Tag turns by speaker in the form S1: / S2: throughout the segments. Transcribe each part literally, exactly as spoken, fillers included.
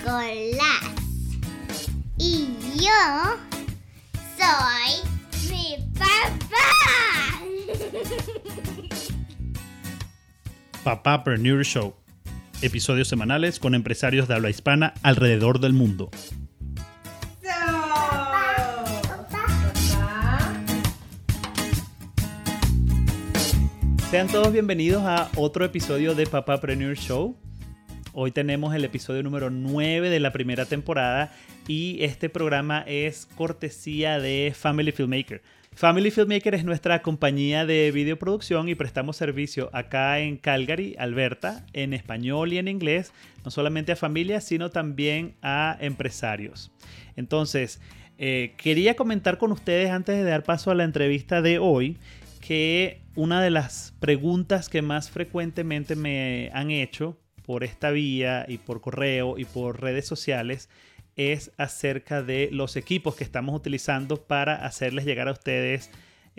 S1: Nicolás. Y yo soy mi papá.
S2: Papapreneur Show. Episodios semanales con empresarios de habla hispana alrededor del mundo. Sean todos bienvenidos a otro episodio de Papapreneur Show. Hoy tenemos el episodio número nueve de la primera temporada y este programa es cortesía de Family Filmmaker. Family Filmmaker es nuestra compañía de videoproducción y prestamos servicio acá en Calgary, Alberta, en español y en inglés, no solamente a familias, sino también a empresarios. Entonces, eh, quería comentar con ustedes antes de dar paso a la entrevista de hoy que una de las preguntas que más frecuentemente me han hecho por esta vía y por correo y por redes sociales es acerca de los equipos que estamos utilizando para hacerles llegar a ustedes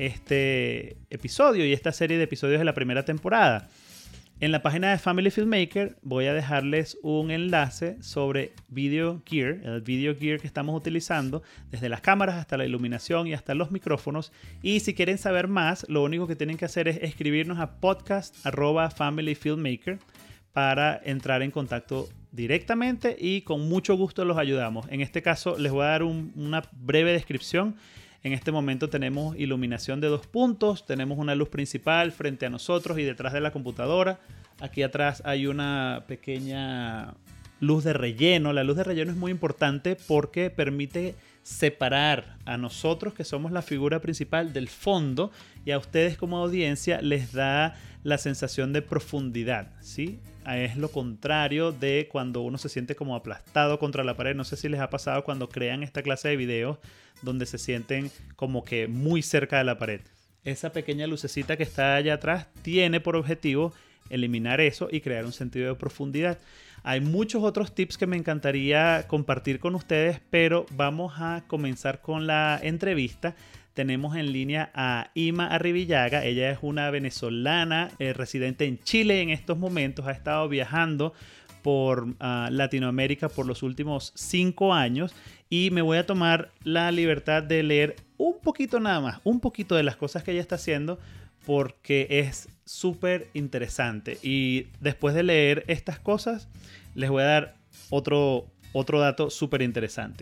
S2: este episodio y esta serie de episodios de la primera temporada. En la página de Family Filmmaker voy a dejarles un enlace sobre Video Gear, el Video Gear que estamos utilizando, desde las cámaras hasta la iluminación y hasta los micrófonos. Y si quieren saber más, lo único que tienen que hacer es escribirnos a podcast arroba family filmmaker para entrar en contacto directamente y con mucho gusto los ayudamos. En este caso les voy a dar un, una breve descripción. En este momento tenemos iluminación de dos puntos, tenemos una luz principal frente a nosotros y detrás de la computadora. Aquí atrás hay una pequeña luz de relleno. La luz de relleno es muy importante porque permite separar a nosotros, que somos la figura principal, del fondo, y a ustedes como audiencia les da la sensación de profundidad, ¿sí? Es lo contrario de cuando uno se siente como aplastado contra la pared. No sé si les ha pasado cuando crean esta clase de videos donde se sienten como que muy cerca de la pared. Esa pequeña lucecita que está allá atrás tiene por objetivo eliminar eso y crear un sentido de profundidad. Hay muchos otros tips que me encantaría compartir con ustedes, pero vamos a comenzar con la entrevista. Tenemos en línea a Ima Arrivillaga. Ella es una venezolana eh, residente en Chile en estos momentos. Ha estado viajando por uh, Latinoamérica por los últimos cinco años y me voy a tomar la libertad de leer un poquito nada más, un poquito de las cosas que ella está haciendo porque es súper interesante. Y después de leer estas cosas, les voy a dar otro, otro dato súper interesante.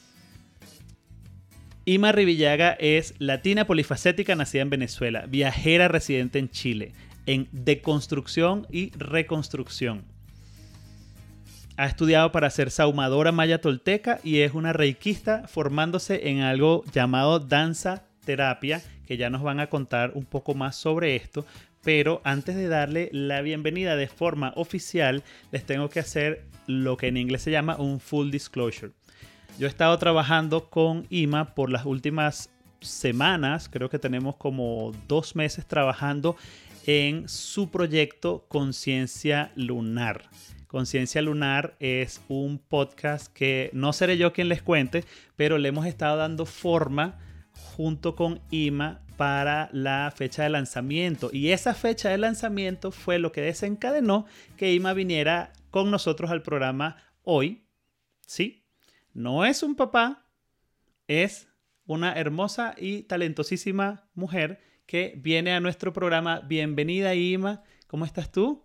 S2: Ima Arrivillaga es latina polifacética nacida en Venezuela, viajera residente en Chile, en deconstrucción y reconstrucción. Ha estudiado para ser sahumadora maya tolteca y es una reikista formándose en algo llamado danza terapia, que ya nos van a contar un poco más sobre esto. Pero antes de darle la bienvenida de forma oficial, les tengo que hacer lo que en inglés se llama un full disclosure. Yo he estado trabajando con Ima por las últimas semanas, creo que tenemos como dos meses trabajando en su proyecto Conciencia Lunar. Conciencia Lunar es un podcast que no seré yo quien les cuente, pero le hemos estado dando forma junto con Ima para la fecha de lanzamiento. Y esa fecha de lanzamiento fue lo que desencadenó que Ima viniera con nosotros al programa hoy. ¿Sí? No es un papá, es una hermosa y talentosísima mujer que viene a nuestro programa. Bienvenida, Ima. ¿Cómo estás tú?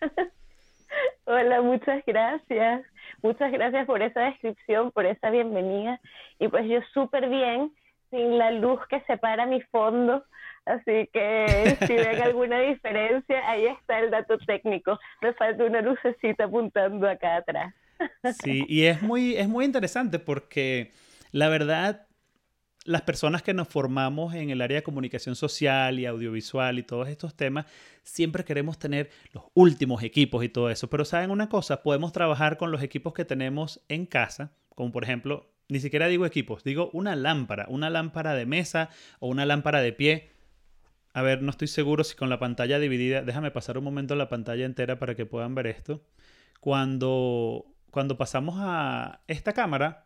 S3: Hola, muchas gracias. Muchas gracias por esa descripción, por esa bienvenida. Y pues yo súper bien, sin la luz que separa mi fondo. Así que si ven alguna diferencia, ahí está el dato técnico. Me falta una lucecita apuntando acá atrás.
S2: Sí, y es muy, es muy interesante porque la verdad, las personas que nos formamos en el área de comunicación social y audiovisual y todos estos temas, siempre queremos tener los últimos equipos y todo eso. Pero ¿saben una cosa? Podemos trabajar con los equipos que tenemos en casa, como por ejemplo, ni siquiera digo equipos, digo una lámpara, una lámpara de mesa o una lámpara de pie. A ver, no estoy seguro si con la pantalla dividida, déjame pasar un momento la pantalla entera para que puedan ver esto. Cuando... Cuando pasamos a esta cámara,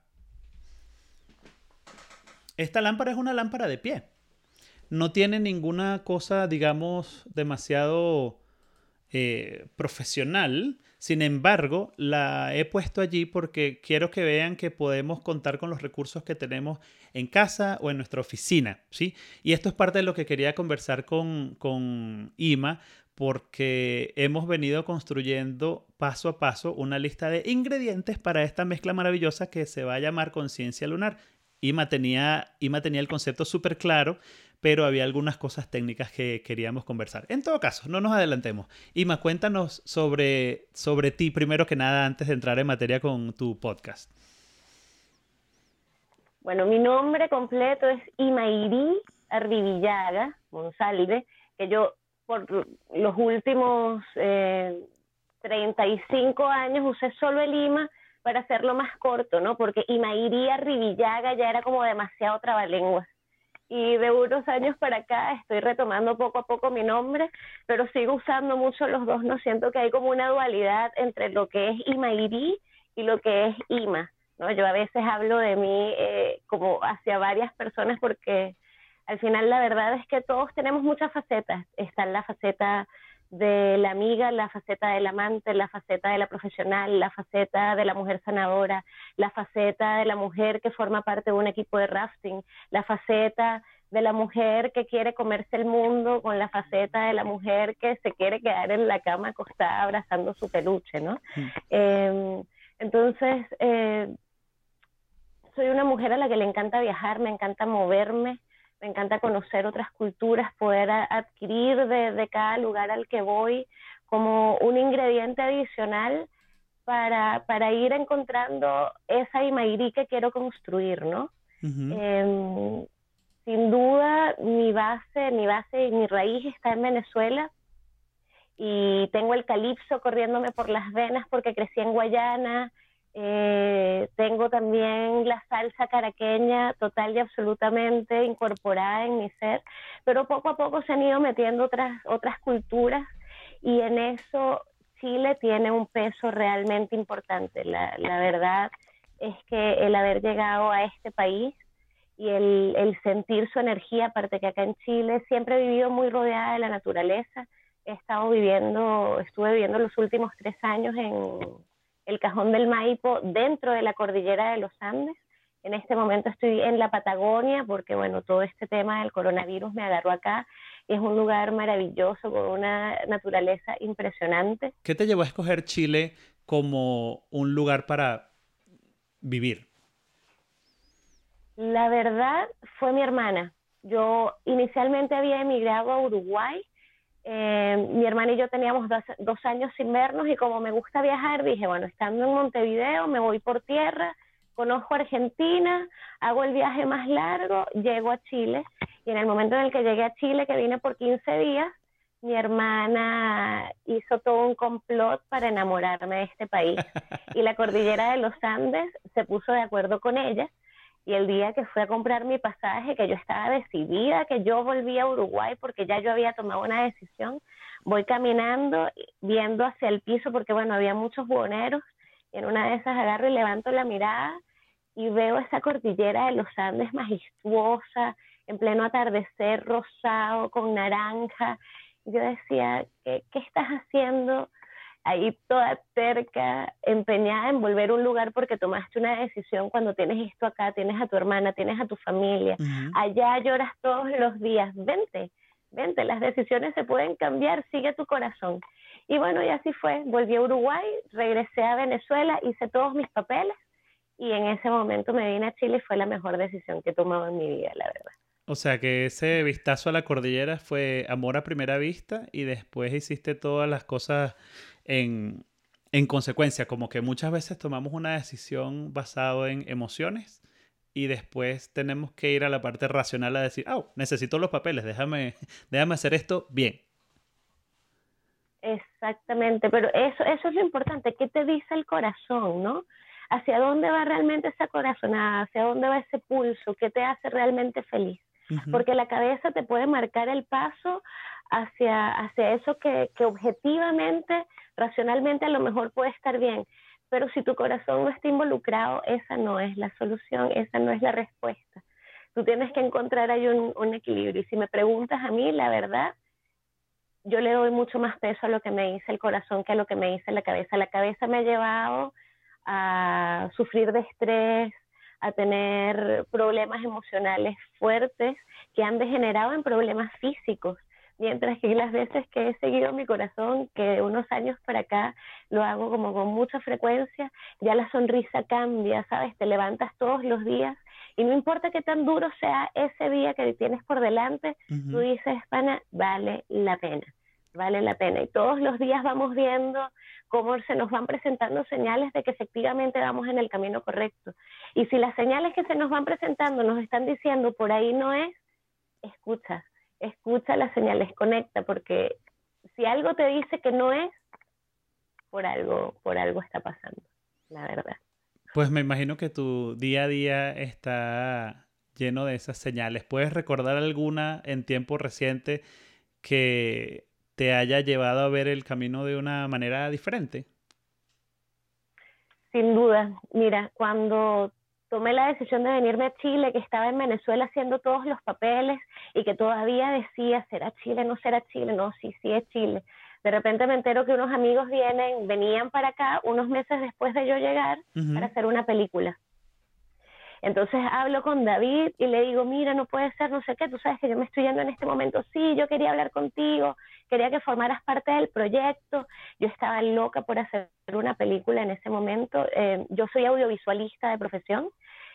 S2: esta lámpara es una lámpara de pie. No tiene ninguna cosa, digamos, demasiado eh, profesional. Sin embargo, la he puesto allí porque quiero que vean que podemos contar con los recursos que tenemos en casa o en nuestra oficina, ¿sí? Y esto es parte de lo que quería conversar con, con Ima, porque hemos venido construyendo paso a paso una lista de ingredientes para esta mezcla maravillosa que se va a llamar Conciencia Lunar. Ima tenía, Ima tenía el concepto súper claro, pero había algunas cosas técnicas que queríamos conversar. En todo caso, no nos adelantemos. Ima, cuéntanos sobre, sobre ti, primero que nada, antes de entrar en materia con tu podcast.
S3: Bueno, mi nombre completo es Imairi Arribillaga Monsalve, que yo por los últimos eh, treinta y cinco años usé solo el Ima para hacerlo más corto, ¿no? Porque Imairi Arribillaga ya era como demasiado trabalenguas. Y de unos años para acá estoy retomando poco a poco mi nombre, pero sigo usando mucho los dos, ¿no? Siento que hay como una dualidad entre lo que es Imairi y lo que es Ima, ¿no? Yo a veces hablo de mí eh, como hacia varias personas porque al final la verdad es que todos tenemos muchas facetas. Está la faceta de la amiga, la faceta del amante, la faceta de la profesional, la faceta de la mujer sanadora, la faceta de la mujer que forma parte de un equipo de rafting, la faceta de la mujer que quiere comerse el mundo, con la faceta de la mujer que se quiere quedar en la cama acostada abrazando su peluche, ¿no? Mm. Eh, entonces, eh, soy una mujer a la que le encanta viajar, me encanta moverme, me encanta conocer otras culturas, poder a, adquirir de, de cada lugar al que voy como un ingrediente adicional para, para ir encontrando esa Imairi que quiero construir, ¿no? Uh-huh. Eh, sin duda, mi base, mi base y mi raíz está en Venezuela y tengo el calipso corriéndome por las venas porque crecí en Guayana. Eh, tengo también la salsa caraqueña total y absolutamente incorporada en mi ser, pero poco a poco se han ido metiendo otras, otras culturas y en eso Chile tiene un peso realmente importante. La, la verdad es que el haber llegado a este país y el, el sentir su energía, aparte que acá en Chile siempre he vivido muy rodeada de la naturaleza, he estado viviendo, estuve viviendo los últimos tres años en el Cajón del Maipo, dentro de la cordillera de los Andes. En este momento estoy en la Patagonia porque, bueno, todo este tema del coronavirus me agarró acá. Es un lugar maravilloso con una naturaleza impresionante.
S2: ¿Qué te llevó a escoger Chile como un lugar para vivir?
S3: La verdad fue mi hermana. Yo inicialmente había emigrado a Uruguay. Eh, mi hermana y yo teníamos dos, dos años sin vernos y como me gusta viajar, dije, bueno, estando en Montevideo, me voy por tierra, conozco Argentina, hago el viaje más largo, llego a Chile y en el momento en el que llegué a Chile, que vine por quince días, mi hermana hizo todo un complot para enamorarme de este país y la cordillera de los Andes se puso de acuerdo con ella. Y el día que fui a comprar mi pasaje, que yo estaba decidida, que yo volvía a Uruguay porque ya yo había tomado una decisión, voy caminando, viendo hacia el piso porque, bueno, había muchos buhoneros, y en una de esas agarro y levanto la mirada y veo esa cordillera de los Andes majestuosa, en pleno atardecer rosado, con naranja. Y yo decía, ¿qué, qué estás haciendo ahí toda terca, empeñada en volver a un lugar porque tomaste una decisión cuando tienes esto acá, tienes a tu hermana, tienes a tu familia, uh-huh. Allá lloras todos los días, vente, vente, las decisiones se pueden cambiar, sigue tu corazón. Y bueno, y así fue, volví a Uruguay, regresé a Venezuela, hice todos mis papeles y en ese momento me vine a Chile y fue la mejor decisión que he tomado en mi vida, la verdad.
S2: O sea que ese vistazo a la cordillera fue amor a primera vista y después hiciste todas las cosas en, en consecuencia, como que muchas veces tomamos una decisión basada en emociones y después tenemos que ir a la parte racional a decir, oh, necesito los papeles, déjame, déjame hacer esto bien.
S3: Exactamente, pero eso, eso es lo importante, ¿qué te dice el corazón, no? ¿Hacia dónde va realmente esa corazonada? ¿Hacia dónde va ese pulso? ¿Qué te hace realmente feliz? Uh-huh. Porque la cabeza te puede marcar el paso hacia, hacia eso que, que objetivamente, racionalmente a lo mejor puede estar bien, pero si tu corazón no está involucrado, esa no es la solución, esa no es la respuesta. Tú tienes que encontrar ahí un, un equilibrio. Y si me preguntas a mí, la verdad, yo le doy mucho más peso a lo que me dice el corazón que a lo que me dice la cabeza. La cabeza me ha llevado a sufrir de estrés, a tener problemas emocionales fuertes que han degenerado en problemas físicos. Mientras que las veces que he seguido mi corazón, que de unos años para acá lo hago como con mucha frecuencia, ya la sonrisa cambia, ¿sabes? Te levantas todos los días y no importa qué tan duro sea ese día que tienes por delante, uh-huh. Tú dices, pana, vale la pena, vale la pena. Y todos los días vamos viendo cómo se nos van presentando señales de que efectivamente vamos en el camino correcto. Y si las señales que se nos van presentando nos están diciendo por ahí no es, escucha. Escucha las señales, conecta, porque si algo te dice que no es, por algo, por algo está pasando, la verdad.
S2: Pues me imagino que tu día a día está lleno de esas señales. ¿Puedes recordar alguna en tiempo reciente que te haya llevado a ver el camino de una manera diferente?
S3: Sin duda. Mira, cuando tomé la decisión de venirme a Chile, que estaba en Venezuela haciendo todos los papeles y que todavía decía, ¿será Chile? ¿No será Chile? No, sí, sí es Chile. De repente me entero que unos amigos vienen, venían para acá unos meses después de yo llegar uh-huh. para hacer una película. Entonces hablo con David y le digo, mira, no puede ser, no sé qué, tú sabes que yo me estoy yendo en este momento. Sí, yo quería hablar contigo, quería que formaras parte del proyecto. Yo estaba loca por hacer una película en ese momento. Eh, yo soy audiovisualista de profesión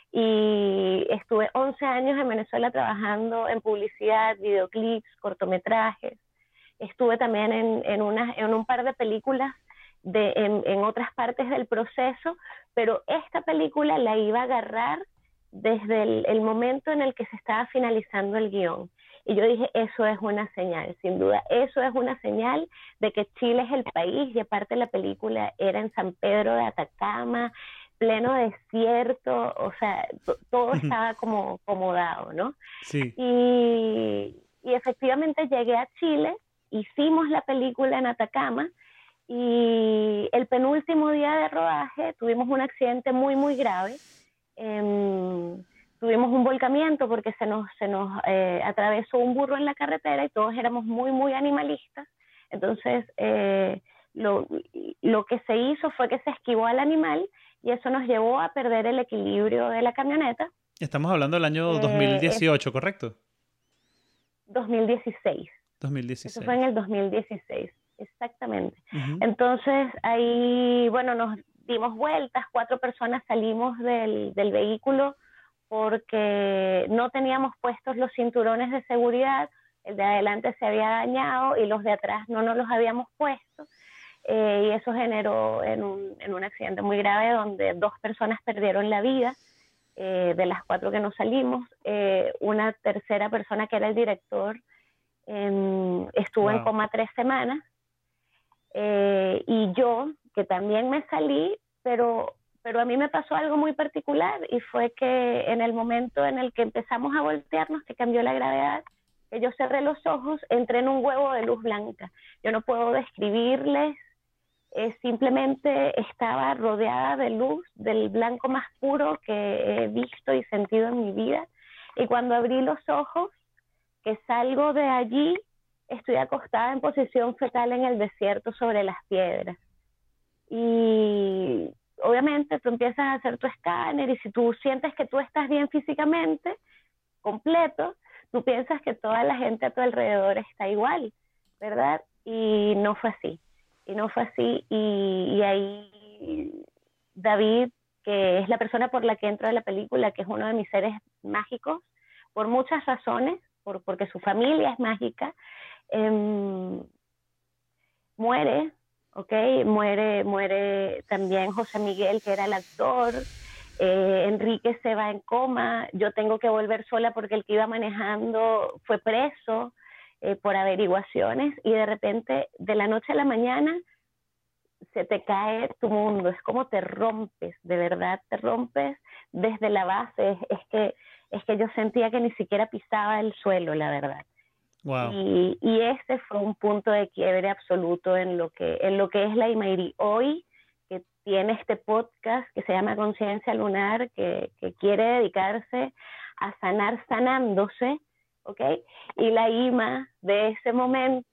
S3: y estuve once años en Venezuela trabajando en publicidad, videoclips, cortometrajes. Estuve también en, en, una, en un par de películas de, en, en otras partes del proceso, pero esta película la iba a agarrar desde el, el momento en el que se estaba finalizando el guión. Y yo dije, eso es una señal, sin duda, eso es una señal de que Chile es el país, y aparte la película era en San Pedro de Atacama, pleno desierto, o sea, t- todo estaba como acomodado, ¿no?
S2: Sí.
S3: Y, y efectivamente llegué a Chile, hicimos la película en Atacama, y el penúltimo día de rodaje tuvimos un accidente muy, muy grave. Eh, tuvimos un volcamiento porque se nos, se nos eh, atravesó un burro en la carretera y todos éramos muy, muy animalistas. Entonces, eh, lo, lo que se hizo fue que se esquivó al animal y eso nos llevó a perder el equilibrio de la camioneta.
S2: Estamos hablando del año dos mil dieciocho, eh, ¿correcto?
S3: dos mil dieciséis.
S2: dos mil dieciséis.
S3: Eso fue en el dos mil dieciséis, exactamente.
S2: Uh-huh.
S3: Entonces, ahí, bueno, nos dimos vueltas, cuatro personas salimos del, del vehículo porque no teníamos puestos los cinturones de seguridad, el de adelante se había dañado y los de atrás no nos los habíamos puesto, eh, y eso generó en un, en un accidente muy grave donde dos personas perdieron la vida, eh, de las cuatro que nos salimos. Eh, una tercera persona, que era el director, eh, estuvo wow. en coma tres semanas, eh, y yo, que también me salí, pero... Pero a mí me pasó algo muy particular y fue que en el momento en el que empezamos a voltearnos, que cambió la gravedad, que yo cerré los ojos, entré en un huevo de luz blanca. Yo no puedo describirles, eh, simplemente estaba rodeada de luz, del blanco más puro que he visto y sentido en mi vida. Y cuando abrí los ojos, que salgo de allí, estoy acostada en posición fetal en el desierto sobre las piedras. Y... obviamente tú empiezas a hacer tu escáner y si tú sientes que tú estás bien físicamente, completo, tú piensas que toda la gente a tu alrededor está igual, ¿verdad? Y no fue así, y no fue así, y, y ahí David, que es la persona por la que entro a la película, que es uno de mis seres mágicos, por muchas razones, por, porque su familia es mágica, eh, muere. Okay, muere, muere también José Miguel, que era el actor. eh, Enrique se va en coma, yo tengo que volver sola porque el que iba manejando fue preso eh, por averiguaciones, y de repente, de la noche a la mañana, se te cae tu mundo, es como te rompes, de verdad te rompes desde la base. Es, es, que, es que yo sentía que ni siquiera pisaba el suelo, la verdad.
S2: Wow.
S3: Y, y ese fue un punto de quiebre absoluto en lo que en lo que es la Imairí hoy, que tiene este podcast que se llama Conciencia Lunar, que, que quiere dedicarse a sanar sanándose, ¿ok? Y la Ima de ese momento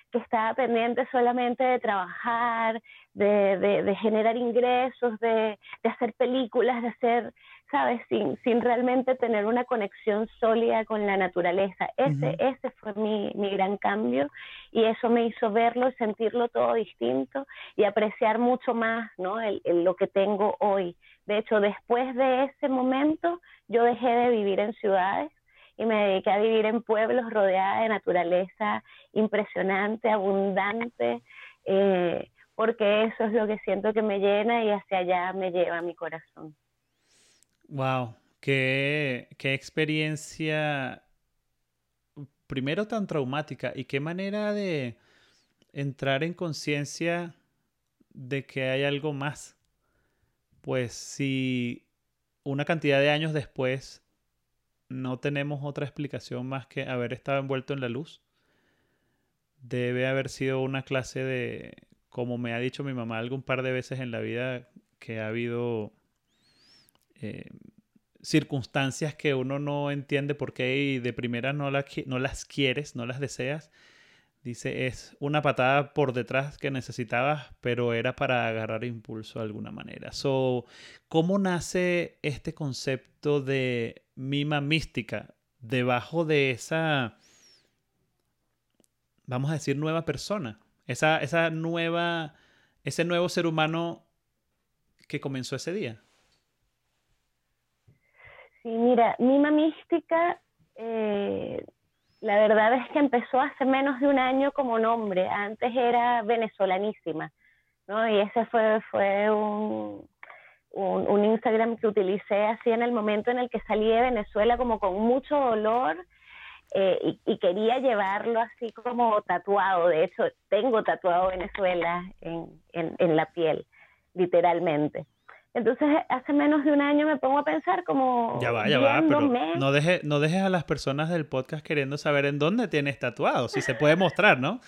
S3: que estaba pendiente solamente de trabajar, de, de, de generar ingresos, de, de hacer películas, de hacer, ¿sabes? Sin, sin realmente tener una conexión sólida con la naturaleza. Ese,
S2: Ujú.
S3: ese fue mi, mi gran cambio, y eso me hizo verlo y sentirlo todo distinto y apreciar mucho más, ¿no? el, el, lo que tengo hoy. De hecho, después de ese momento, yo dejé de vivir en ciudades y me dediqué a vivir en pueblos rodeada de naturaleza impresionante, abundante, eh, porque eso es lo que siento que me llena y hacia allá me lleva mi corazón.
S2: Wow, qué, qué experiencia, primero tan traumática y qué manera de entrar en conciencia de que hay algo más. Pues si una cantidad de años después no tenemos otra explicación más que haber estado envuelto en la luz, debe haber sido una clase de, como me ha dicho mi mamá algún par de veces en la vida, que ha habido eh, circunstancias que uno no entiende por qué y de primera no, la, no las quieres, no las deseas. Dice, es una patada por detrás que necesitabas, pero era para agarrar impulso de alguna manera. So, ¿cómo nace este concepto de mima mística debajo de esa, vamos a decir, nueva persona? Esa, esa nueva, ese nuevo ser humano que comenzó ese día.
S3: Sí, mira, Mima Mística, eh, la verdad es que empezó hace menos de un año como nombre. Antes era Venezolanísima, ¿no? Y ese fue, fue un, un, un Instagram que utilicé así en el momento en el que salí de Venezuela, como con mucho dolor, eh, y, y quería llevarlo así como tatuado. De hecho, tengo tatuado Venezuela en, en, en la piel, literalmente. Entonces, hace menos de un año me pongo a pensar como
S2: Ya va, ya va, pero
S3: viéndome.
S2: no, deje, no dejes a las personas del podcast queriendo saber en dónde tienes tatuado, si se puede mostrar, ¿no?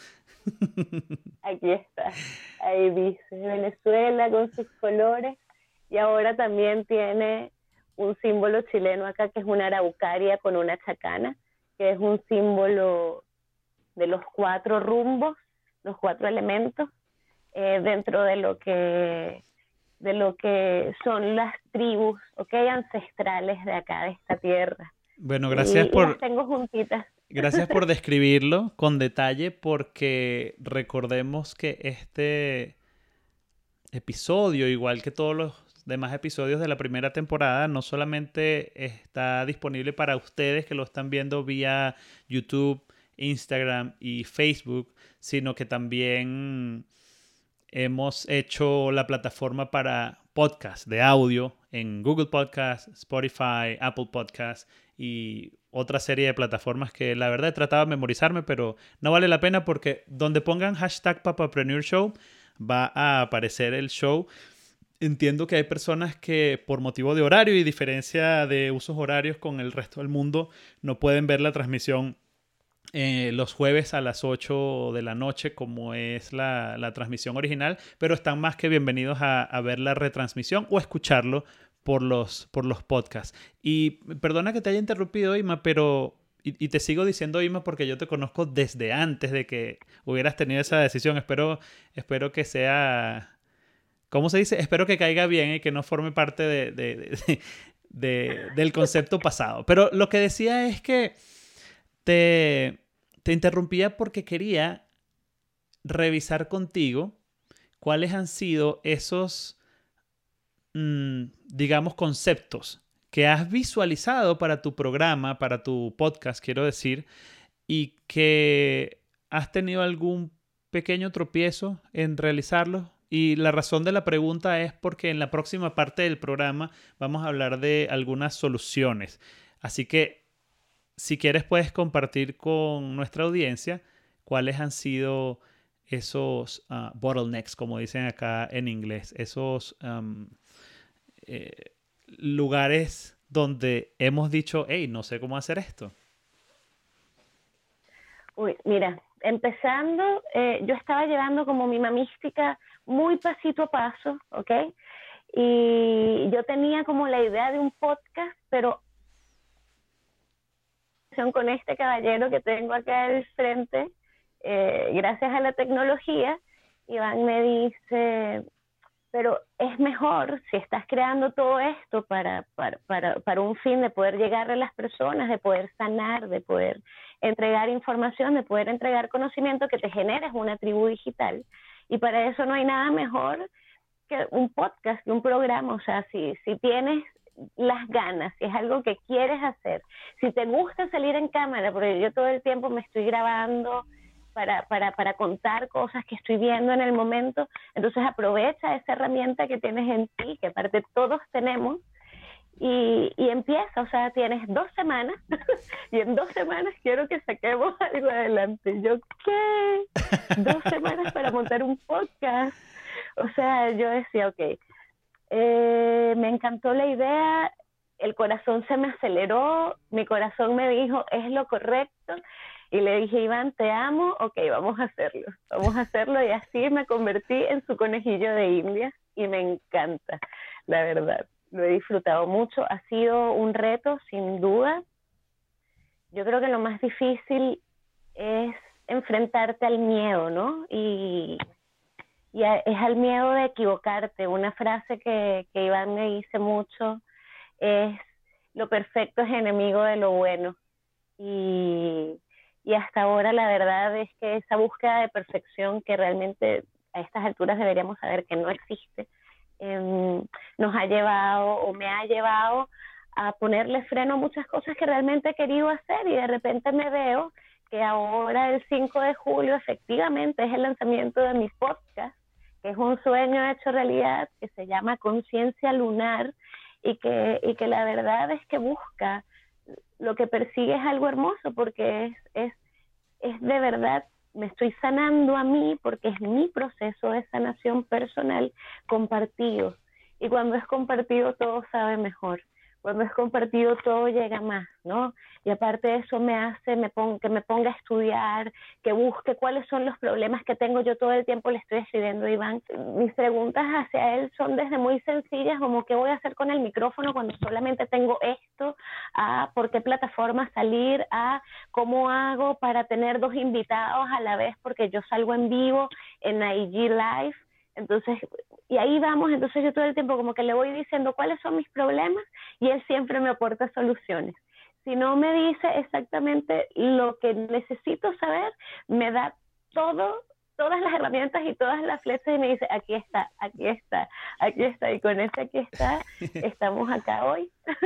S3: Aquí está, ahí dice Venezuela con sus colores, y ahora también tiene un símbolo chileno acá, que es una araucaria con una chacana, que es un símbolo de los cuatro rumbos, los cuatro elementos, eh, dentro de lo que de lo que son las tribus, ¿okay? Ancestrales de acá, de esta tierra.
S2: Bueno,
S3: Y,
S2: gracias
S3: y las
S2: por,
S3: tengo juntitas.
S2: gracias por describirlo con detalle, porque recordemos que este episodio, igual que todos los demás episodios de la primera temporada, no solamente está disponible para ustedes que lo están viendo vía YouTube, Instagram y Facebook, sino que también hemos hecho la plataforma para podcast de audio en Google Podcast, Spotify, Apple Podcast y otra serie de plataformas que la verdad he tratado de memorizarme, pero no vale la pena porque donde pongan hashtag Papapreneur Show va a aparecer el show. Entiendo que hay personas que por motivo de horario y diferencia de usos horarios con el resto del mundo no pueden ver la transmisión Eh, los jueves a las ocho de la noche, como es la, la transmisión original, pero están más que bienvenidos a, a ver la retransmisión o escucharlo por los, por los podcasts. Y perdona que te haya interrumpido, Ima, pero... Y, y te sigo diciendo, Ima, porque yo te conozco desde antes de que hubieras tenido esa decisión. Espero, espero que sea... ¿Cómo se dice? Espero que caiga bien y que no forme parte de, de, de, de, del concepto pasado. Pero lo que decía es que te, te interrumpía porque quería revisar contigo cuáles han sido esos, mmm, digamos, conceptos que has visualizado para tu programa, para tu podcast, quiero decir, y que has tenido algún pequeño tropiezo en realizarlos. Y la razón de la pregunta es porque en la próxima parte del programa vamos a hablar de algunas soluciones. Así que si quieres puedes compartir con nuestra audiencia cuáles han sido esos uh, bottlenecks, como dicen acá en inglés, esos um, eh, lugares donde hemos dicho, hey, no sé cómo hacer esto.
S3: Uy, mira, empezando, eh, yo estaba llevando como Mima Mística muy pasito a paso, ¿ok? Y yo tenía como la idea de un podcast, pero con este caballero que tengo acá al frente, eh, gracias a la tecnología, Iván me dice, pero es mejor si estás creando todo esto para, para, para, para un fin de poder llegar a las personas, de poder sanar, de poder entregar información, de poder entregar conocimiento, que te generes una tribu digital. Y para eso no hay nada mejor que un podcast, que un programa. O sea, si, si tienes las ganas, si es algo que quieres hacer, si te gusta salir en cámara, porque yo todo el tiempo me estoy grabando para, para, para contar cosas que estoy viendo en el momento, entonces aprovecha esa herramienta que tienes en ti, que aparte todos tenemos, y, y empieza. O sea, tienes dos semanas y en dos semanas quiero que saquemos algo adelante. Yo, ¿qué? Dos semanas para montar un podcast. O sea, yo decía, ok, eh, me encantó la idea, el corazón se me aceleró, mi corazón me dijo, es lo correcto, y le dije, Iván, te amo, ok, vamos a hacerlo, vamos a hacerlo, y así me convertí en su conejillo de Indias, y me encanta, la verdad, lo he disfrutado mucho, ha sido un reto, sin duda. Yo creo que lo más difícil es enfrentarte al miedo, ¿no? Y, y a, es al miedo de equivocarte. Una frase que, que Iván me dice mucho es, lo perfecto es enemigo de lo bueno. Y, y hasta ahora la verdad es que esa búsqueda de perfección, que realmente a estas alturas deberíamos saber que no existe, eh, nos ha llevado o me ha llevado a ponerle freno a muchas cosas que realmente he querido hacer, y de repente me veo que ahora el cinco de julio efectivamente es el lanzamiento de mi podcast, que es un sueño hecho realidad, que se llama Conciencia Lunar, y que, y que la verdad es que busca, lo que persigue es algo hermoso, porque es, es, es de verdad, me estoy sanando a mí, porque es mi proceso de sanación personal compartido, y cuando es compartido todo sabe mejor. Cuando es compartido todo llega más, ¿no? Y aparte de eso me hace me pon, que me ponga a estudiar, que busque cuáles son los problemas que tengo. Yo todo el tiempo le estoy escribiendo a Iván. Mis preguntas hacia él son desde muy sencillas, como qué voy a hacer con el micrófono cuando solamente tengo esto, a por qué plataforma salir, a cómo hago para tener dos invitados a la vez, porque yo salgo en vivo en I G Live. Entonces, y ahí vamos, entonces yo todo el tiempo como que le voy diciendo cuáles son mis problemas, y él siempre me aporta soluciones. Si no me dice exactamente lo que necesito saber, me da todo, todas las herramientas y todas las flechas, y me dice, aquí está, aquí está, aquí está, y con ese aquí está, estamos acá hoy,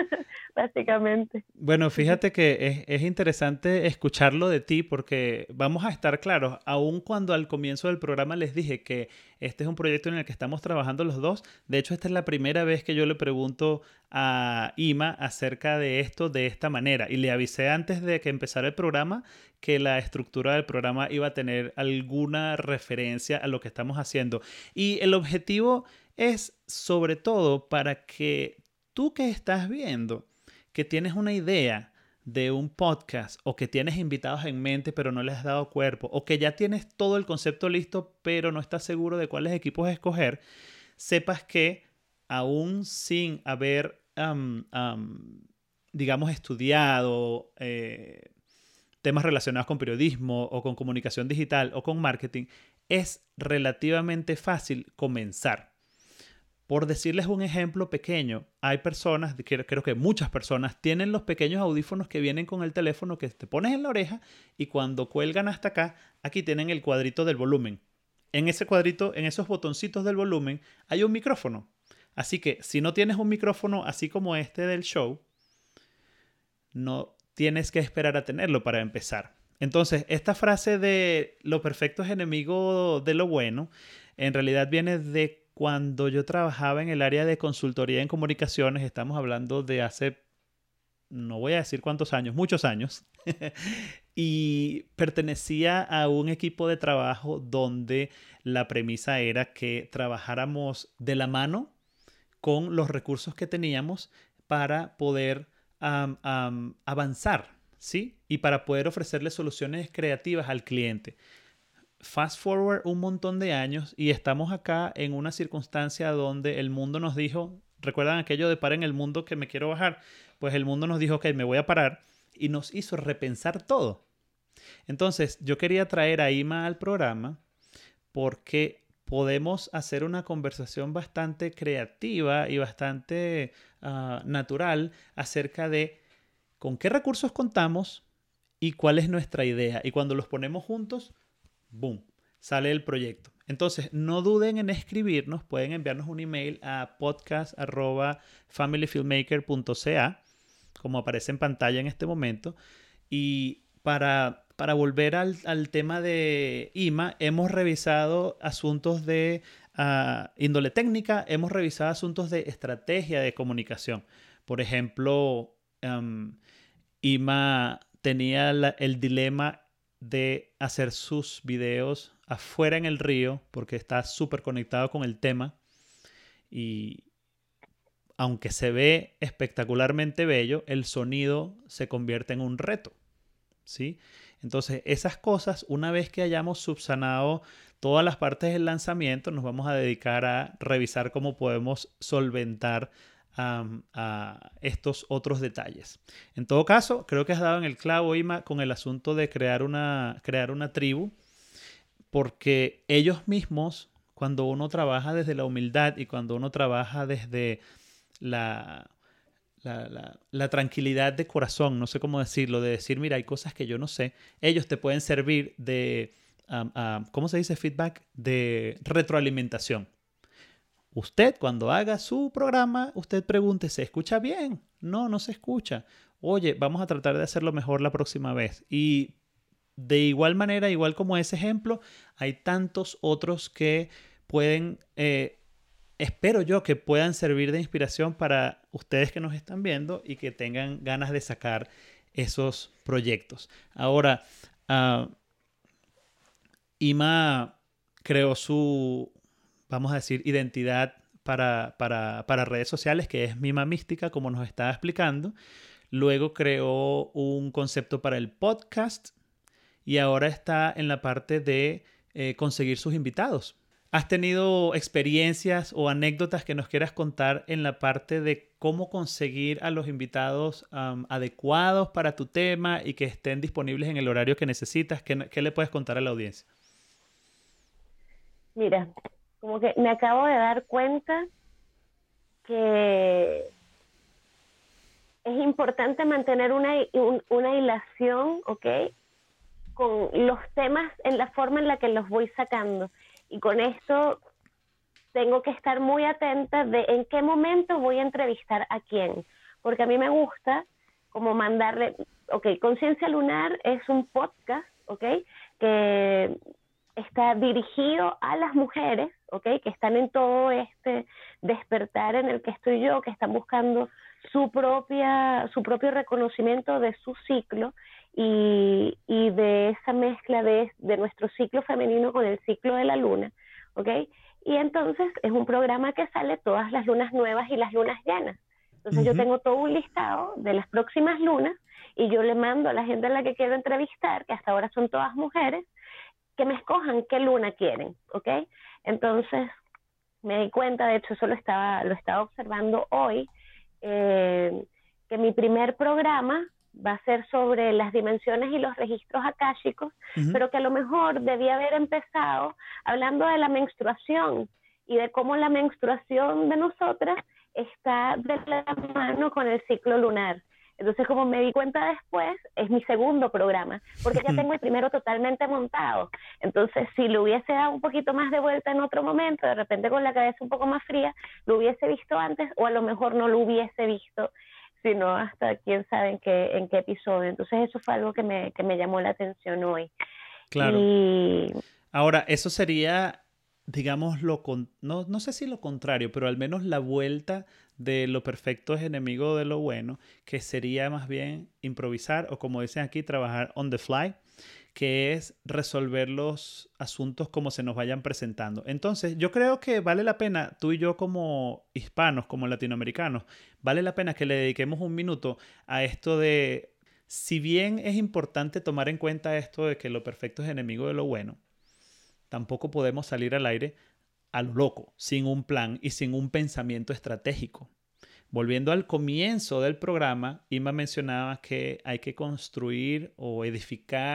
S3: básicamente.
S2: Bueno, fíjate que es, es interesante escucharlo de ti, porque vamos a estar claros, aun cuando al comienzo del programa les dije que este es un proyecto en el que estamos trabajando los dos. De hecho, esta es la primera vez que yo le pregunto a Ima acerca de esto de esta manera, y le avisé antes de que empezara el programa que la estructura del programa iba a tener alguna referencia a lo que estamos haciendo, y el objetivo es sobre todo para que tú que estás viendo, que tienes una idea de un podcast, o que tienes invitados en mente pero no les has dado cuerpo, o que ya tienes todo el concepto listo pero no estás seguro de cuáles equipos escoger, sepas que aún sin haber, um, um, digamos, estudiado eh, temas relacionados con periodismo o con comunicación digital o con marketing, es relativamente fácil comenzar. Por decirles un ejemplo pequeño, hay personas, creo que muchas personas, tienen los pequeños audífonos que vienen con el teléfono, que te pones en la oreja, y cuando cuelgan hasta acá, aquí tienen el cuadrito del volumen. En ese cuadrito, en esos botoncitos del volumen, hay un micrófono. Así que si no tienes un micrófono así como este del show, no tienes que esperar a tenerlo para empezar. Entonces, esta frase de lo perfecto es enemigo de lo bueno, en realidad viene de cuando yo trabajaba en el área de consultoría en comunicaciones. Estamos hablando de hace, no voy a decir cuántos años, muchos años. Y pertenecía a un equipo de trabajo donde la premisa era que trabajáramos de la mano con los recursos que teníamos para poder um, um, avanzar, ¿sí? Y para poder ofrecerle soluciones creativas al cliente. Fast forward un montón de años y estamos acá en una circunstancia donde el mundo nos dijo, ¿recuerdan aquello de para en el mundo que me quiero bajar? Pues el mundo nos dijo, ok, me voy a parar, y nos hizo repensar todo. Entonces, yo quería traer a Ima al programa porque podemos hacer una conversación bastante creativa y bastante uh, natural acerca de con qué recursos contamos y cuál es nuestra idea. Y cuando los ponemos juntos, ¡boom!, sale el proyecto. Entonces, no duden en escribirnos. Pueden enviarnos un email a podcast arroba family filmmaker punto c a, como aparece en pantalla en este momento. Y para, para volver al, al tema de Ima, hemos revisado asuntos de uh, índole técnica, hemos revisado asuntos de estrategia de comunicación. Por ejemplo, um, Ima tenía la, el dilema de hacer sus videos afuera en el río porque está súper conectado con el tema y aunque se ve espectacularmente bello, el sonido se convierte en un reto, ¿sí? Entonces, esas cosas, una vez que hayamos subsanado todas las partes del lanzamiento, nos vamos a dedicar a revisar cómo podemos solventar Um, a estos otros detalles. En todo caso, creo que has dado en el clavo, Ima, con el asunto de crear una, crear una tribu, porque ellos mismos, cuando uno trabaja desde la humildad y cuando uno trabaja desde la, la, la, la tranquilidad de corazón, no sé cómo decirlo, de decir, mira, hay cosas que yo no sé, ellos te pueden servir de, um, uh, ¿cómo se dice? Feedback, de retroalimentación. Usted, cuando haga su programa, usted pregunte, ¿se escucha bien? No, no se escucha. Oye, vamos a tratar de hacerlo mejor la próxima vez. Y de igual manera, igual como ese ejemplo, hay tantos otros que pueden, eh, espero yo, que puedan servir de inspiración para ustedes que nos están viendo y que tengan ganas de sacar esos proyectos. Ahora, uh, Ima creó su... vamos a decir, identidad para, para, para redes sociales, que es Mima Mística, como nos estaba explicando. Luego creó un concepto para el podcast y ahora está en la parte de eh, conseguir sus invitados. ¿Has tenido experiencias o anécdotas que nos quieras contar en la parte de cómo conseguir a los invitados um, adecuados para tu tema y que estén disponibles en el horario que necesitas? ¿Qué, qué le puedes contar a la audiencia?
S3: Mira, como que me acabo de dar cuenta que es importante mantener una, un, una hilación, ¿ok?, con los temas en la forma en la que los voy sacando. Y con esto tengo que estar muy atenta de en qué momento voy a entrevistar a quién. Porque a mí me gusta como mandarle, ok, Conciencia Lunar es un podcast, ¿ok?, que está dirigido a las mujeres, ¿okay?, que están en todo este despertar en el que estoy yo, que están buscando su propia, su propio reconocimiento de su ciclo y, y de esa mezcla de, de nuestro ciclo femenino con el ciclo de la luna, ¿ok? Y entonces es un programa que sale todas las lunas nuevas y las lunas llenas. Entonces uh-huh. yo tengo todo un listado de las próximas lunas y yo le mando a la gente a la que quiero entrevistar, que hasta ahora son todas mujeres, que me escojan qué luna quieren, ¿ok? Entonces, me di cuenta, de hecho, eso lo estaba, lo estaba observando hoy, eh, que mi primer programa va a ser sobre las dimensiones y los registros akáshicos, uh-huh. pero que a lo mejor debía haber empezado hablando de la menstruación y de cómo la menstruación de nosotras está de la mano con el ciclo lunar. Entonces, como me di cuenta después, es mi segundo programa, porque ya tengo el primero totalmente montado. Entonces, si lo hubiese dado un poquito más de vuelta en otro momento, de repente con la cabeza un poco más fría, lo hubiese visto antes, o a lo mejor no lo hubiese visto, sino hasta quién sabe en qué, en qué episodio. Entonces, eso fue algo que me, que me llamó la atención hoy.
S2: Claro.
S3: Y...
S2: Ahora, eso sería, digamos, lo con... no, no sé si lo contrario, pero al menos la vuelta de lo perfecto es enemigo de lo bueno, que sería más bien improvisar o, como dicen aquí, trabajar on the fly, que es resolver los asuntos como se nos vayan presentando. Entonces, yo creo que vale la pena, tú y yo como hispanos, como latinoamericanos, vale la pena que le dediquemos un minuto a esto de, si bien es importante tomar en cuenta esto de que lo perfecto es enemigo de lo bueno, tampoco podemos salir al aire a lo loco, sin un plan y sin un pensamiento estratégico. Volviendo al comienzo del programa, Ima mencionaba que hay que construir o edificar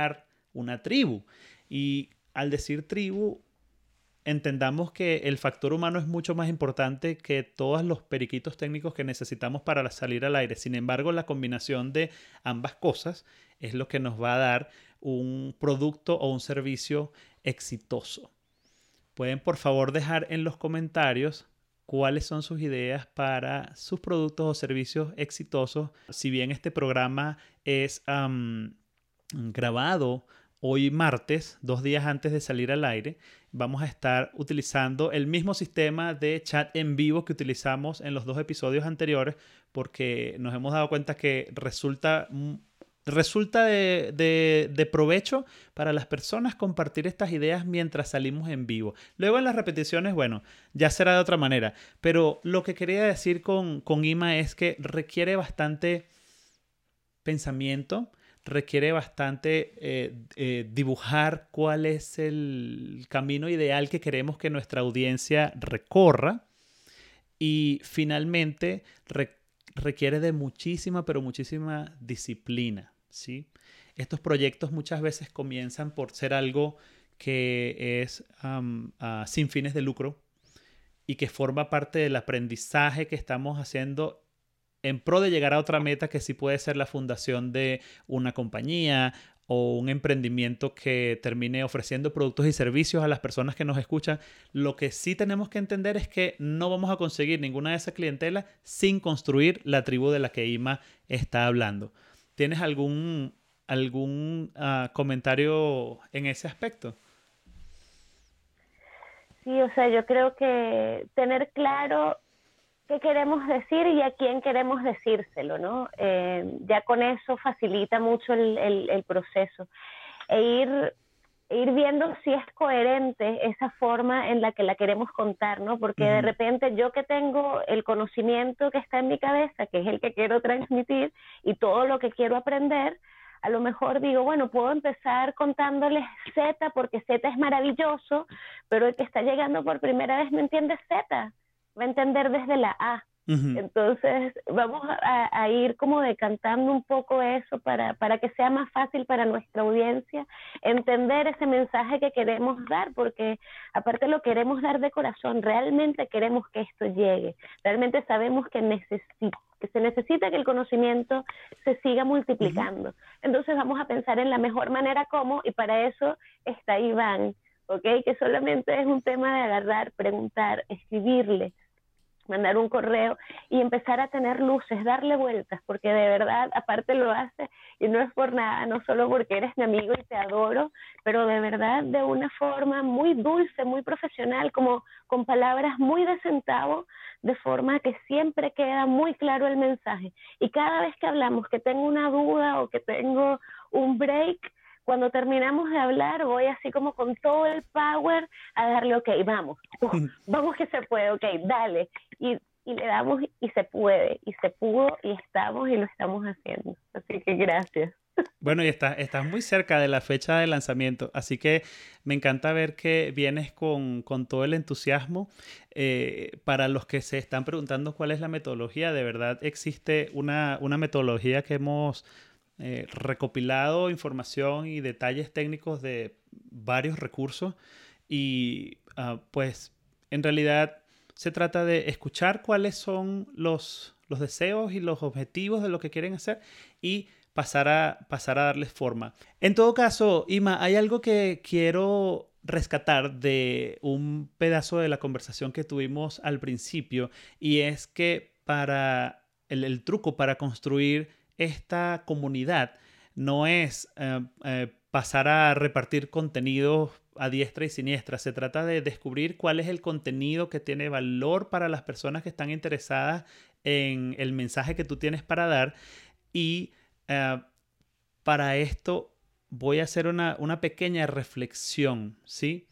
S2: una tribu. Y al decir tribu, entendamos que el factor humano es mucho más importante que todos los periquitos técnicos que necesitamos para salir al aire. Sin embargo, la combinación de ambas cosas es lo que nos va a dar un producto o un servicio exitoso. Pueden, por favor, dejar en los comentarios cuáles son sus ideas para sus productos o servicios exitosos. Si bien este programa es um, grabado hoy martes, dos días antes de salir al aire, vamos a estar utilizando el mismo sistema de chat en vivo que utilizamos en los dos episodios anteriores, porque nos hemos dado cuenta que resulta, resulta de, de, de provecho para las personas compartir estas ideas mientras salimos en vivo. Luego en las repeticiones, bueno, ya será de otra manera. Pero lo que quería decir con, con Ima es que requiere bastante pensamiento, requiere bastante eh, eh, dibujar cuál es el camino ideal que queremos que nuestra audiencia recorra, y finalmente re- requiere de muchísima, pero muchísima disciplina, ¿sí? Estos proyectos muchas veces comienzan por ser algo que es um, uh, sin fines de lucro y que forma parte del aprendizaje que estamos haciendo en pro de llegar a otra meta, que sí puede ser la fundación de una compañía o un emprendimiento que termine ofreciendo productos y servicios a las personas que nos escuchan. Lo que sí tenemos que entender es que no vamos a conseguir ninguna de esas clientelas sin construir la tribu de la que Ima está hablando. ¿Tienes algún, algún uh, comentario en ese aspecto?
S3: Sí, o sea, yo creo que tener claro qué queremos decir y a quién queremos decírselo, ¿no? Eh, ya con eso facilita mucho el, el, el proceso. E ir, ir viendo si es coherente esa forma en la que la queremos contar, ¿no? Porque uh-huh. de repente yo que tengo el conocimiento que está en mi cabeza, que es el que quiero transmitir, y todo lo que quiero aprender, a lo mejor digo, bueno, puedo empezar contándoles Z porque Z es maravilloso, pero el que está llegando por primera vez no entiende Z. Va a entender desde la A. Uh-huh. Entonces vamos a, a ir como decantando un poco eso para, para que sea más fácil para nuestra audiencia entender ese mensaje que queremos dar, porque aparte lo queremos dar de corazón, realmente queremos que esto llegue, realmente sabemos que, necesita, que se necesita que el conocimiento se siga multiplicando. Uh-huh. Entonces vamos a pensar en la mejor manera cómo, y para eso está Iván, ¿okay? Que solamente es un tema de agarrar, preguntar, escribirle, mandar un correo y empezar a tener luces, darle vueltas, porque de verdad, aparte lo hace, y no es por nada, no solo porque eres mi amigo y te adoro, pero de verdad de una forma muy dulce, muy profesional, como con palabras muy de centavo, de forma que siempre queda muy claro el mensaje. Y cada vez que hablamos, que tengo una duda o que tengo un break, cuando terminamos de hablar, voy así como con todo el power a darle, ok, vamos, uh, vamos que se puede, ok, dale. Y, y le damos y se puede, y se pudo, y estamos y lo estamos haciendo. Así que gracias.
S2: Bueno, y estás, estás muy cerca de la fecha de lanzamiento, así que me encanta ver que vienes con, con todo el entusiasmo. Eh, para los que se están preguntando cuál es la metodología, de verdad existe una, una metodología que hemos Eh, recopilado información y detalles técnicos de varios recursos, y uh, pues en realidad se trata de escuchar cuáles son los, los deseos y los objetivos de lo que quieren hacer y pasar a, pasar a darles forma. En todo caso, Ima, hay algo que quiero rescatar de un pedazo de la conversación que tuvimos al principio, y es que para el, el truco para construir esta comunidad no es eh, eh, pasar a repartir contenidos a diestra y siniestra. Se trata de descubrir cuál es el contenido que tiene valor para las personas que están interesadas en el mensaje que tú tienes para dar, y eh, para esto voy a hacer una, una pequeña reflexión, ¿sí?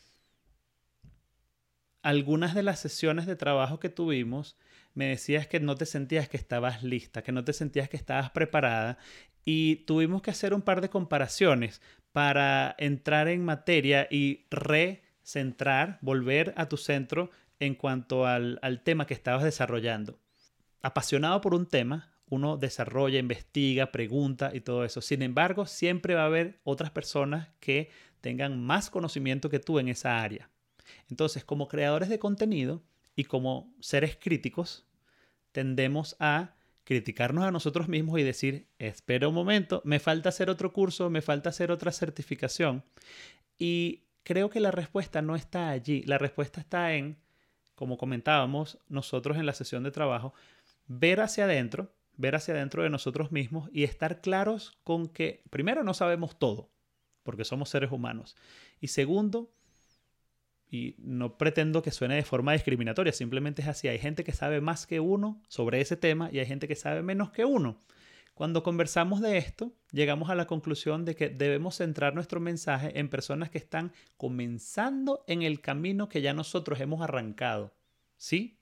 S2: Algunas de las sesiones de trabajo que tuvimos me decías que no te sentías que estabas lista, que no te sentías que estabas preparada, y tuvimos que hacer un par de comparaciones para entrar en materia y recentrar, volver a tu centro en cuanto al, al tema que estabas desarrollando. Apasionado por un tema, uno desarrolla, investiga, pregunta y todo eso. Sin embargo, siempre va a haber otras personas que tengan más conocimiento que tú en esa área. Entonces, como creadores de contenido y como seres críticos, tendemos a criticarnos a nosotros mismos y decir, espera un momento, me falta hacer otro curso, me falta hacer otra certificación. Y creo que la respuesta no está allí. La respuesta está en, como comentábamos nosotros en la sesión de trabajo, ver hacia adentro, ver hacia adentro de nosotros mismos y estar claros con que, primero, no sabemos todo, porque somos seres humanos. Y segundo, y no pretendo que suene de forma discriminatoria, simplemente es así. Hay gente que sabe más que uno sobre ese tema y hay gente que sabe menos que uno. Cuando conversamos de esto, llegamos a la conclusión de que debemos centrar nuestro mensaje en personas que están comenzando en el camino que ya nosotros hemos arrancado. ¿Sí?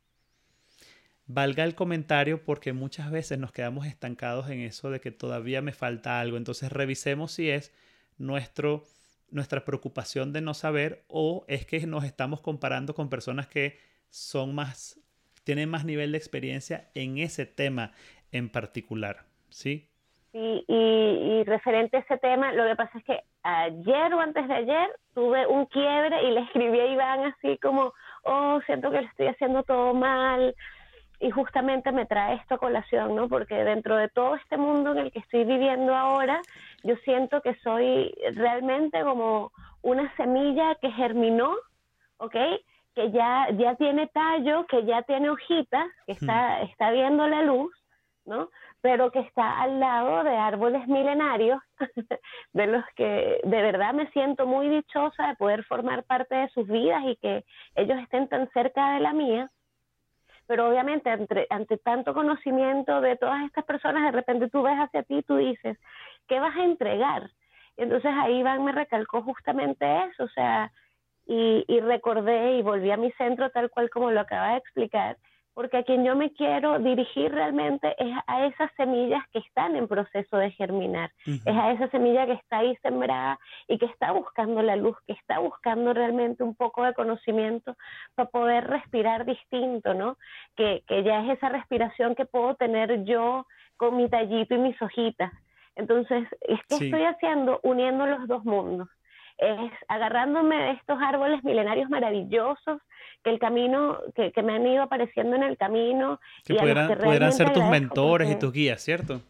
S2: Valga el comentario porque muchas veces nos quedamos estancados en eso de que todavía me falta algo. Entonces revisemos si es nuestro... nuestra preocupación de no saber o es que nos estamos comparando con personas que son más, tienen más nivel de experiencia en ese tema en particular, ¿sí?
S3: Sí, y, y referente a ese tema, lo que pasa es que ayer o antes de ayer tuve un quiebre y le escribí a Iván así como, oh, siento que lo estoy haciendo todo mal. Y justamente me trae esto a colación, ¿no? Porque dentro de todo este mundo en el que estoy viviendo ahora, yo siento que soy realmente como una semilla que germinó, ¿ok? Que ya, ya tiene tallo, que ya tiene hojitas, que está, hmm. está viendo la luz, ¿no? Pero que está al lado de árboles milenarios, de los que de verdad me siento muy dichosa de poder formar parte de sus vidas y que ellos estén tan cerca de la mía. Pero obviamente ante, ante tanto conocimiento de todas estas personas, de repente tú ves hacia ti y tú dices, ¿qué vas a entregar? Y entonces ahí Iván me recalcó justamente eso, o sea, y, y recordé y volví a mi centro tal cual como lo acaba de explicar, porque a quien yo me quiero dirigir realmente es a esas semillas que están en proceso de germinar, uh-huh. es a esa semilla que está ahí sembrada y que está buscando la luz, que está buscando realmente un poco de conocimiento para poder respirar distinto, ¿no? Que, que ya es esa respiración que puedo tener yo con mi tallito y mis hojitas. Entonces, es que sí. estoy haciendo uniendo los dos mundos. Es agarrándome de estos árboles milenarios maravillosos que el camino, que, que me han ido apareciendo en el camino.
S2: Que
S3: y
S2: pudieran,
S3: que
S2: pudieran ser tus mentores y tus guías, ¿cierto?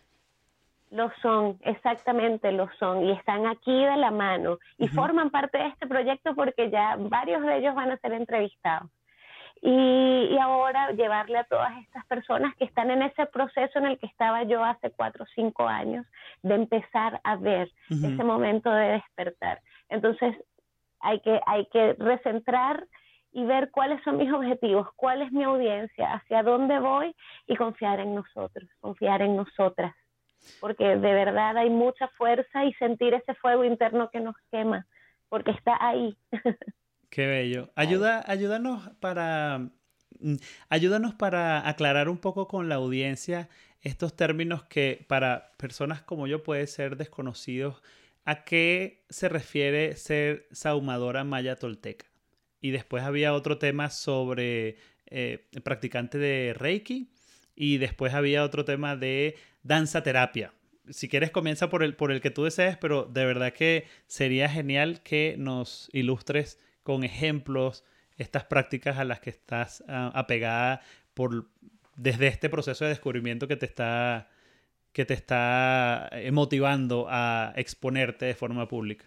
S3: Lo son, exactamente lo son, y están aquí de la mano, y uh-huh. forman parte de este proyecto porque ya varios de ellos van a ser entrevistados. Y, y ahora llevarle a todas estas personas que están en ese proceso en el que estaba yo hace cuatro o cinco años, de empezar a ver uh-huh. ese momento de despertar. Entonces hay que, hay que recentrar y ver cuáles son mis objetivos, cuál es mi audiencia, hacia dónde voy y confiar en nosotros, confiar en nosotras. Porque de verdad hay mucha fuerza y sentir ese fuego interno que nos quema, porque está ahí.
S2: Qué bello. Ayuda, ayúdanos para, ayúdanos para aclarar un poco con la audiencia estos términos que para personas como yo pueden ser desconocidos. ¿A qué se refiere ser sahumadora maya tolteca? Y después había otro tema sobre eh, practicante de Reiki y después había otro tema de danza terapia. Si quieres comienza por el, por el que tú desees, pero de verdad que sería genial que nos ilustres con ejemplos estas prácticas a las que estás uh, apegada por, desde este proceso de descubrimiento que te está, que te está motivando a exponerte de forma pública.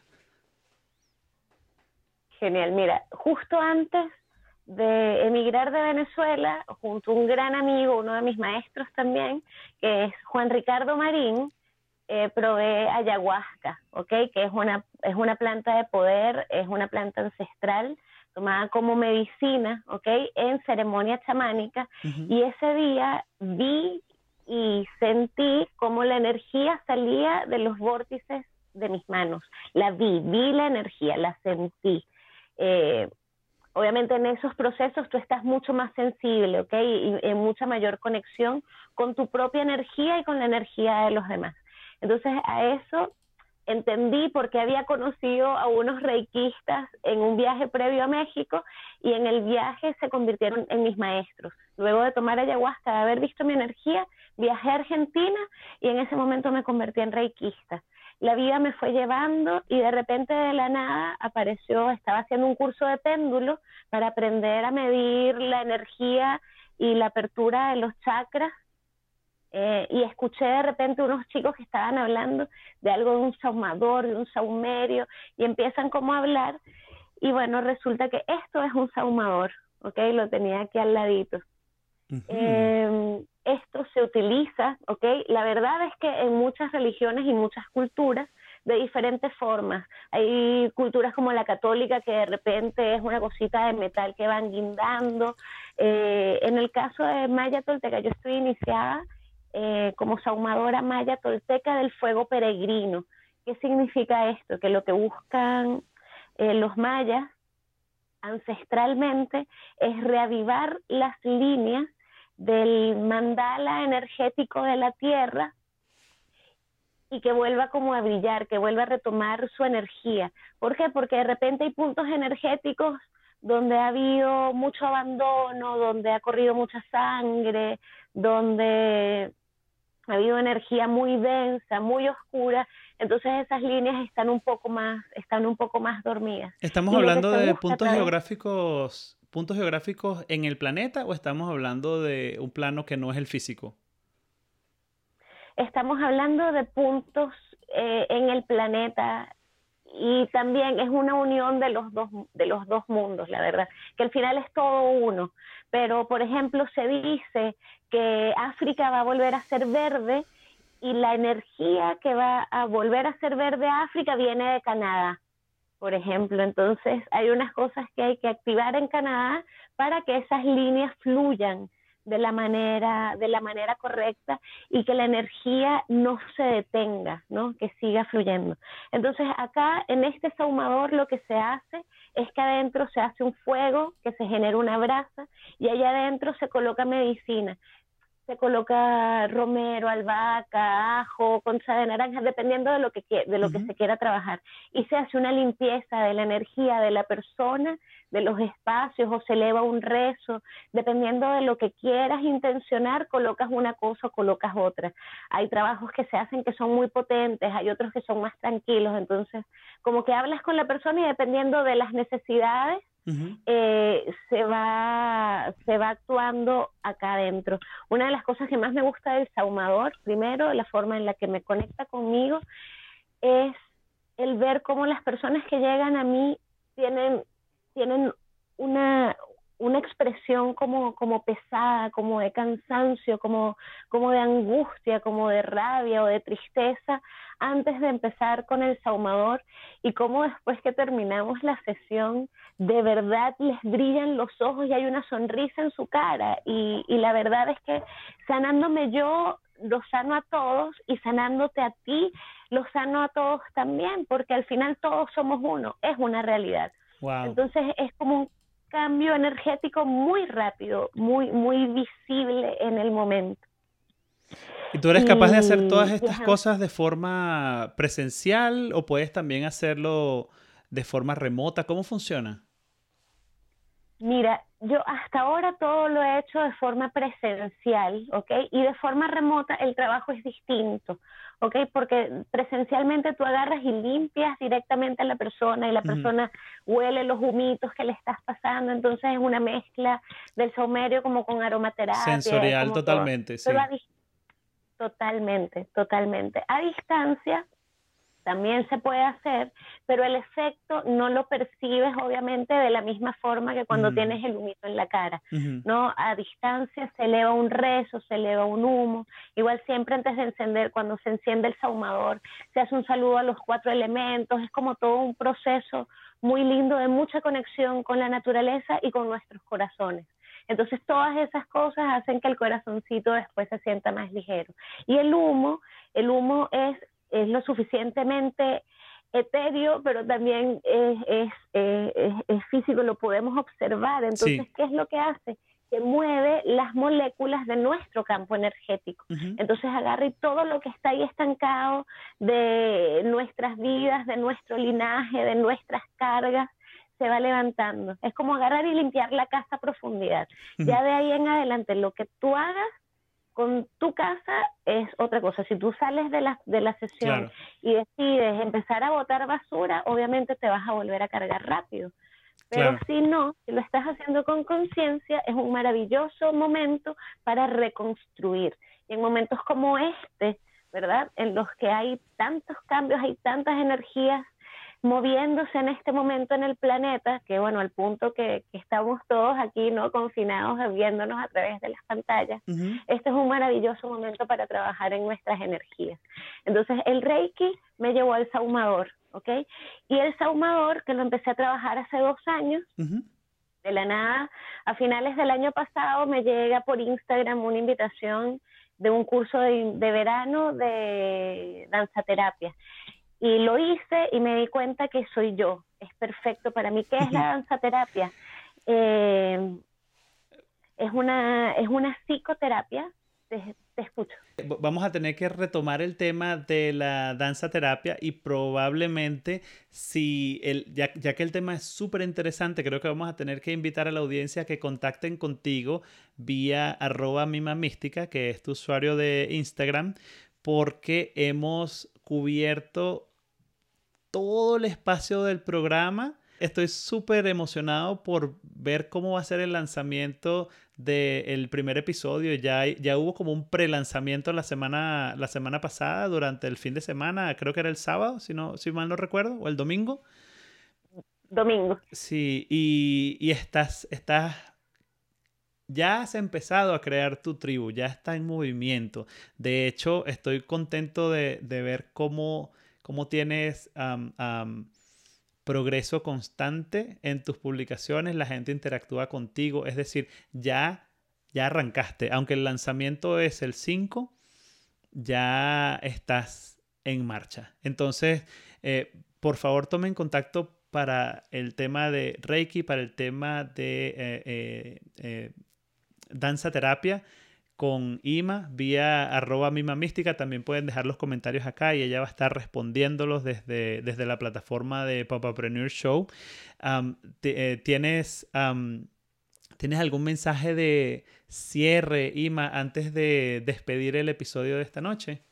S3: Genial, mira, justo antes de emigrar de Venezuela, junto a un gran amigo, uno de mis maestros también, que es Juan Ricardo Marín, eh, probé ayahuasca, ¿ok? Que es una, es una planta de poder, es una planta ancestral, tomada como medicina, ¿ok? En ceremonia chamánica, uh-huh. y ese día vi y sentí cómo la energía salía de los vórtices de mis manos, la vi, vi la energía, la sentí. Eh, obviamente en esos procesos tú estás mucho más sensible, ¿ok? Y en mucha mayor conexión con tu propia energía y con la energía de los demás. Entonces a eso entendí por qué había conocido a unos reikistas en un viaje previo a México, y en el viaje se convirtieron en mis maestros. Luego de tomar ayahuasca, de haber visto mi energía, viajé a Argentina y en ese momento me convertí en reikista. La vida me fue llevando y de repente de la nada apareció, estaba haciendo un curso de péndulo para aprender a medir la energía y la apertura de los chakras. Eh, y escuché de repente unos chicos que estaban hablando de algo de un saumador, de un saumerio, y empiezan como a hablar, y bueno, resulta que esto es un saumador, ¿ok? Lo tenía aquí al ladito. Uh-huh. Eh, esto se utiliza, ¿ok? La verdad es que en muchas religiones y muchas culturas, de diferentes formas. Hay culturas como la católica, que de repente es una cosita de metal que van guindando. Eh, en el caso de Maya Tolteca, yo estoy iniciada Eh, como saumadora maya tolteca del fuego peregrino. ¿Qué significa esto? Que lo que buscan eh, los mayas ancestralmente es reavivar las líneas del mandala energético de la tierra y que vuelva como a brillar, que vuelva a retomar su energía. ¿Por qué? Porque de repente hay puntos energéticos donde ha habido mucho abandono, donde ha corrido mucha sangre, donde ha habido energía muy densa, muy oscura, entonces esas líneas están un poco más, están un poco más dormidas.
S2: ¿Estamos hablando de puntos geográficos, puntos geográficos en el planeta, o estamos hablando de un plano que no es el físico?
S3: Estamos hablando de puntos eh, en el planeta, y también es una unión de los dos de los dos mundos, la verdad, que al final es todo uno. Pero, por ejemplo, se dice que África va a volver a ser verde, y la energía que va a volver a ser verde a África viene de Canadá, por ejemplo. Entonces, hay unas cosas que hay que activar en Canadá para que esas líneas fluyan de la manera, de la manera correcta, y que la energía no se detenga, ¿no? Que siga fluyendo. Entonces, acá en este saumador lo que se hace es que adentro se hace un fuego, que se genera una brasa, y allá adentro se coloca medicina. Se coloca romero, albahaca, ajo, concha de naranja, dependiendo de lo que de lo uh-huh. que se quiera trabajar. Y se hace una limpieza de la energía de la persona, de los espacios, o se eleva un rezo. Dependiendo de lo que quieras intencionar, colocas una cosa o colocas otra. Hay trabajos que se hacen que son muy potentes, hay otros que son más tranquilos. Entonces, como que hablas con la persona y dependiendo de las necesidades, Uh-huh. Eh, se va se va actuando acá adentro. Una de las cosas que más me gusta del saumador, primero, la forma en la que me conecta conmigo, es el ver cómo las personas que llegan a mí tienen, tienen una, una expresión como, como pesada, como de cansancio, como, como de angustia, como de rabia o de tristeza, antes de empezar con el saumador, y cómo después que terminamos la sesión, de verdad les brillan los ojos y hay una sonrisa en su cara, y, y la verdad es que sanándome yo, los sano a todos, y sanándote a ti, los sano a todos también, porque al final todos somos uno, es una realidad.
S2: Wow.
S3: Entonces es como un cambio energético muy rápido, muy, muy visible en el momento.
S2: ¿Y tú eres capaz de hacer todas estas y, cosas de forma presencial, o puedes también hacerlo de forma remota? ¿Cómo funciona?
S3: Mira, yo hasta ahora todo lo he hecho de forma presencial, ¿ok? Y de forma remota el trabajo es distinto, ¿ok? Porque presencialmente tú agarras y limpias directamente a la persona, y la persona uh-huh. huele los humitos que le estás pasando, entonces es una mezcla del saumerio como con aromaterapia.
S2: Sensorial totalmente,
S3: todo.
S2: sí.
S3: Di- totalmente, totalmente. A distancia también se puede hacer, pero el efecto no lo percibes obviamente de la misma forma que cuando uh-huh. tienes el humito en la cara, uh-huh. ¿no? A distancia se eleva un rezo, se eleva un humo, igual siempre antes de encender, cuando se enciende el saumador, se hace un saludo a los cuatro elementos, es como todo un proceso muy lindo de mucha conexión con la naturaleza y con nuestros corazones. Entonces todas esas cosas hacen que el corazoncito después se sienta más ligero. Y el humo, el humo es es lo suficientemente etéreo, pero también es, es, es, es físico, lo podemos observar. Entonces, sí. ¿qué es lo que hace? que mueve las moléculas de nuestro campo energético. Uh-huh. Entonces agarra y todo lo que está ahí estancado de nuestras vidas, de nuestro linaje, de nuestras cargas, se va levantando. Es como agarrar y limpiar la casa a profundidad. Uh-huh. Ya de ahí en adelante, lo que tú hagas con tu casa es otra cosa. Si tú sales de la, de la sesión, claro, y decides empezar a botar basura, obviamente te vas a volver a cargar rápido. Pero claro, si no, si lo estás haciendo con conciencia, es un maravilloso momento para reconstruir. Y en momentos como este, ¿verdad?, en los que hay tantos cambios, hay tantas energías moviéndose en este momento en el planeta, que bueno, al punto que, que estamos todos aquí, ¿no?, confinados, viéndonos a través de las pantallas, uh-huh, este es un maravilloso momento para trabajar en nuestras energías. Entonces el Reiki me llevó al saumador, ¿ok? Y el saumador, que lo empecé a trabajar hace dos años, uh-huh, de la nada, a finales del año pasado me llega por Instagram una invitación de un curso de, de verano de danzaterapia. Y lo hice y me di cuenta que soy yo, es perfecto para mí. ¿Qué es la danzaterapia? Eh, es una, es una psicoterapia. Te, te escucho.
S2: Vamos a tener que retomar el tema de la danza terapia y probablemente si el, ya, ya que el tema es súper interesante, creo que vamos a tener que invitar a la audiencia a que contacten contigo vía arroba mima mística, que es tu usuario de Instagram, porque hemos cubierto todo el espacio del programa. Estoy súper emocionado por ver cómo va a ser el lanzamiento del primer episodio. Ya, ya hubo como un pre-lanzamiento la semana, la semana pasada, durante el fin de semana. Creo que era el sábado, si, no, si mal no recuerdo, o el domingo.
S3: Domingo.
S2: Sí, y, y estás, estás... ya has empezado a crear tu tribu, ya está en movimiento. De hecho, estoy contento de, de ver cómo, cómo tienes um, um, progreso constante en tus publicaciones, la gente interactúa contigo, es decir, ya, ya arrancaste. Aunque el lanzamiento es el cinco, ya estás en marcha. Entonces, eh, por favor, tomen contacto para el tema de Reiki, para el tema de... Eh, eh, eh, danza terapia con Ima vía arroba mima mística. También pueden dejar los comentarios acá y ella va a estar respondiéndolos desde, desde la plataforma de Papapreneur Show. Um, te, eh, ¿tienes, um, ¿Tienes algún mensaje de cierre, Ima, antes de despedir el episodio de esta noche?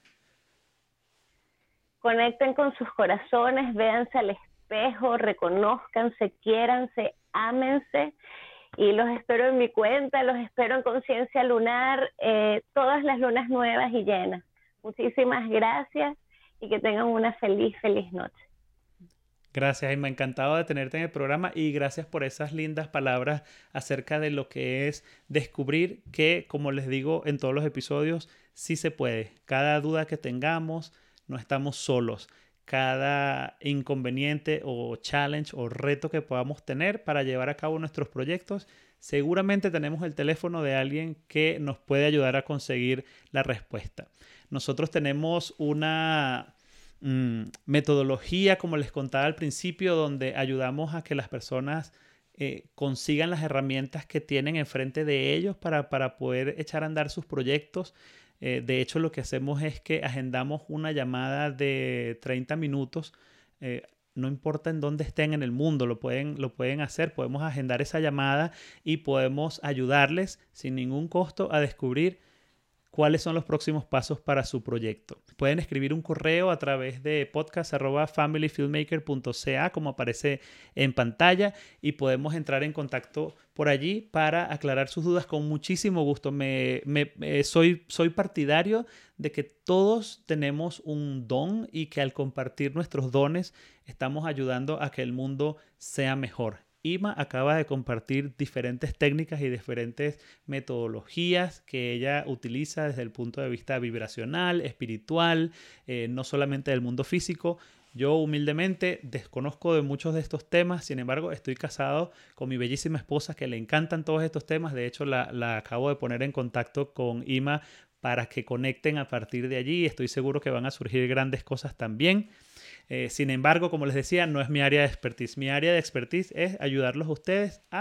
S3: Conecten con sus corazones, véanse al espejo, reconózcanse, quiéranse, ámense. Y los espero en mi cuenta, los espero en Conciencia Lunar, eh, todas las lunas nuevas y llenas. Muchísimas gracias y que tengan una feliz, feliz noche.
S2: Gracias, Ima. Encantado de tenerte en el programa y gracias por esas lindas palabras acerca de lo que es descubrir que, como les digo en todos los episodios, sí se puede. Cada duda que tengamos, no estamos solos. Cada inconveniente o challenge o reto que podamos tener para llevar a cabo nuestros proyectos, seguramente tenemos el teléfono de alguien que nos puede ayudar a conseguir la respuesta. Nosotros tenemos una mm, metodología, como les contaba al principio, donde ayudamos a que las personas eh, consigan las herramientas que tienen enfrente de ellos para, para poder echar a andar sus proyectos. Eh, de hecho, lo que hacemos es que agendamos una llamada de treinta minutos. Eh, no importa en dónde estén en el mundo, lo pueden, lo pueden hacer. Podemos agendar esa llamada y podemos ayudarles sin ningún costo a descubrir cuáles son los próximos pasos para su proyecto. Pueden escribir un correo a través de podcast arroba family filmmaker punto c a, como aparece en pantalla, y podemos entrar en contacto por allí para aclarar sus dudas con muchísimo gusto. Me, me, me, soy, soy partidario de que todos tenemos un don y que al compartir nuestros dones estamos ayudando a que el mundo sea mejor. Ima acaba de compartir diferentes técnicas y diferentes metodologías que ella utiliza desde el punto de vista vibracional, espiritual, eh, no solamente del mundo físico. Yo humildemente desconozco de muchos de estos temas, sin embargo estoy casado con mi bellísima esposa que le encantan todos estos temas. De hecho la, la acabo de poner en contacto con Ima para que conecten a partir de allí. Estoy seguro que van a surgir grandes cosas también. Eh, sin embargo, como les decía, no es mi área de expertise. Mi área de expertise es ayudarlos a ustedes a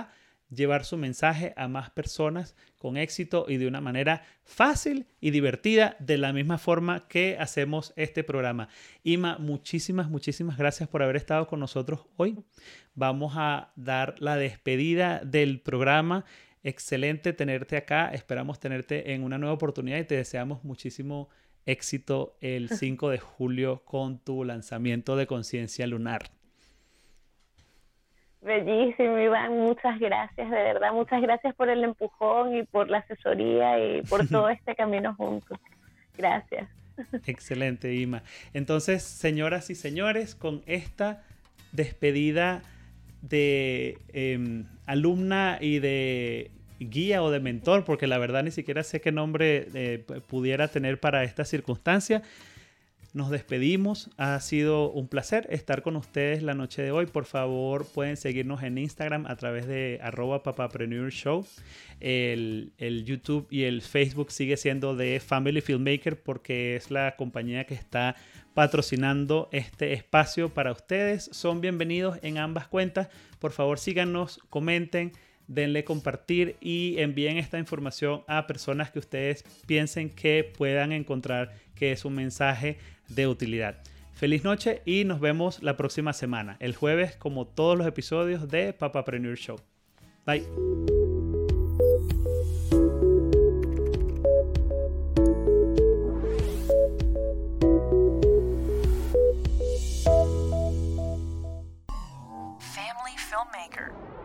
S2: llevar su mensaje a más personas con éxito y de una manera fácil y divertida, de la misma forma que hacemos este programa. Ima, muchísimas, muchísimas gracias por haber estado con nosotros hoy. Vamos a dar la despedida del programa. Excelente tenerte acá. Esperamos tenerte en una nueva oportunidad y te deseamos muchísimo éxito el cinco de julio con tu lanzamiento de Conciencia Lunar.
S3: Bellísimo, Iván, muchas gracias, de verdad, muchas gracias por el empujón y por la asesoría y por todo este camino juntos. Gracias.
S2: Excelente, Ima. Entonces, señoras y señores, con esta despedida de eh, alumna y de guía o de mentor, porque la verdad ni siquiera sé qué nombre eh, pudiera tener para esta circunstancia, nos despedimos. Ha sido un placer estar con ustedes la noche de hoy. Por favor, pueden seguirnos en Instagram a través de arroba papapreneur show. El, el YouTube y el Facebook sigue siendo de Family Filmmaker porque es la compañía que está patrocinando este espacio para ustedes. Son bienvenidos en ambas cuentas. Por favor, síganos, comenten, denle compartir y envíen esta información a personas que ustedes piensen que puedan encontrar que es un mensaje de utilidad. Feliz noche y nos vemos la próxima semana, el jueves, como todos los episodios de Papapreneur Show. Bye.
S4: Family Filmmaker.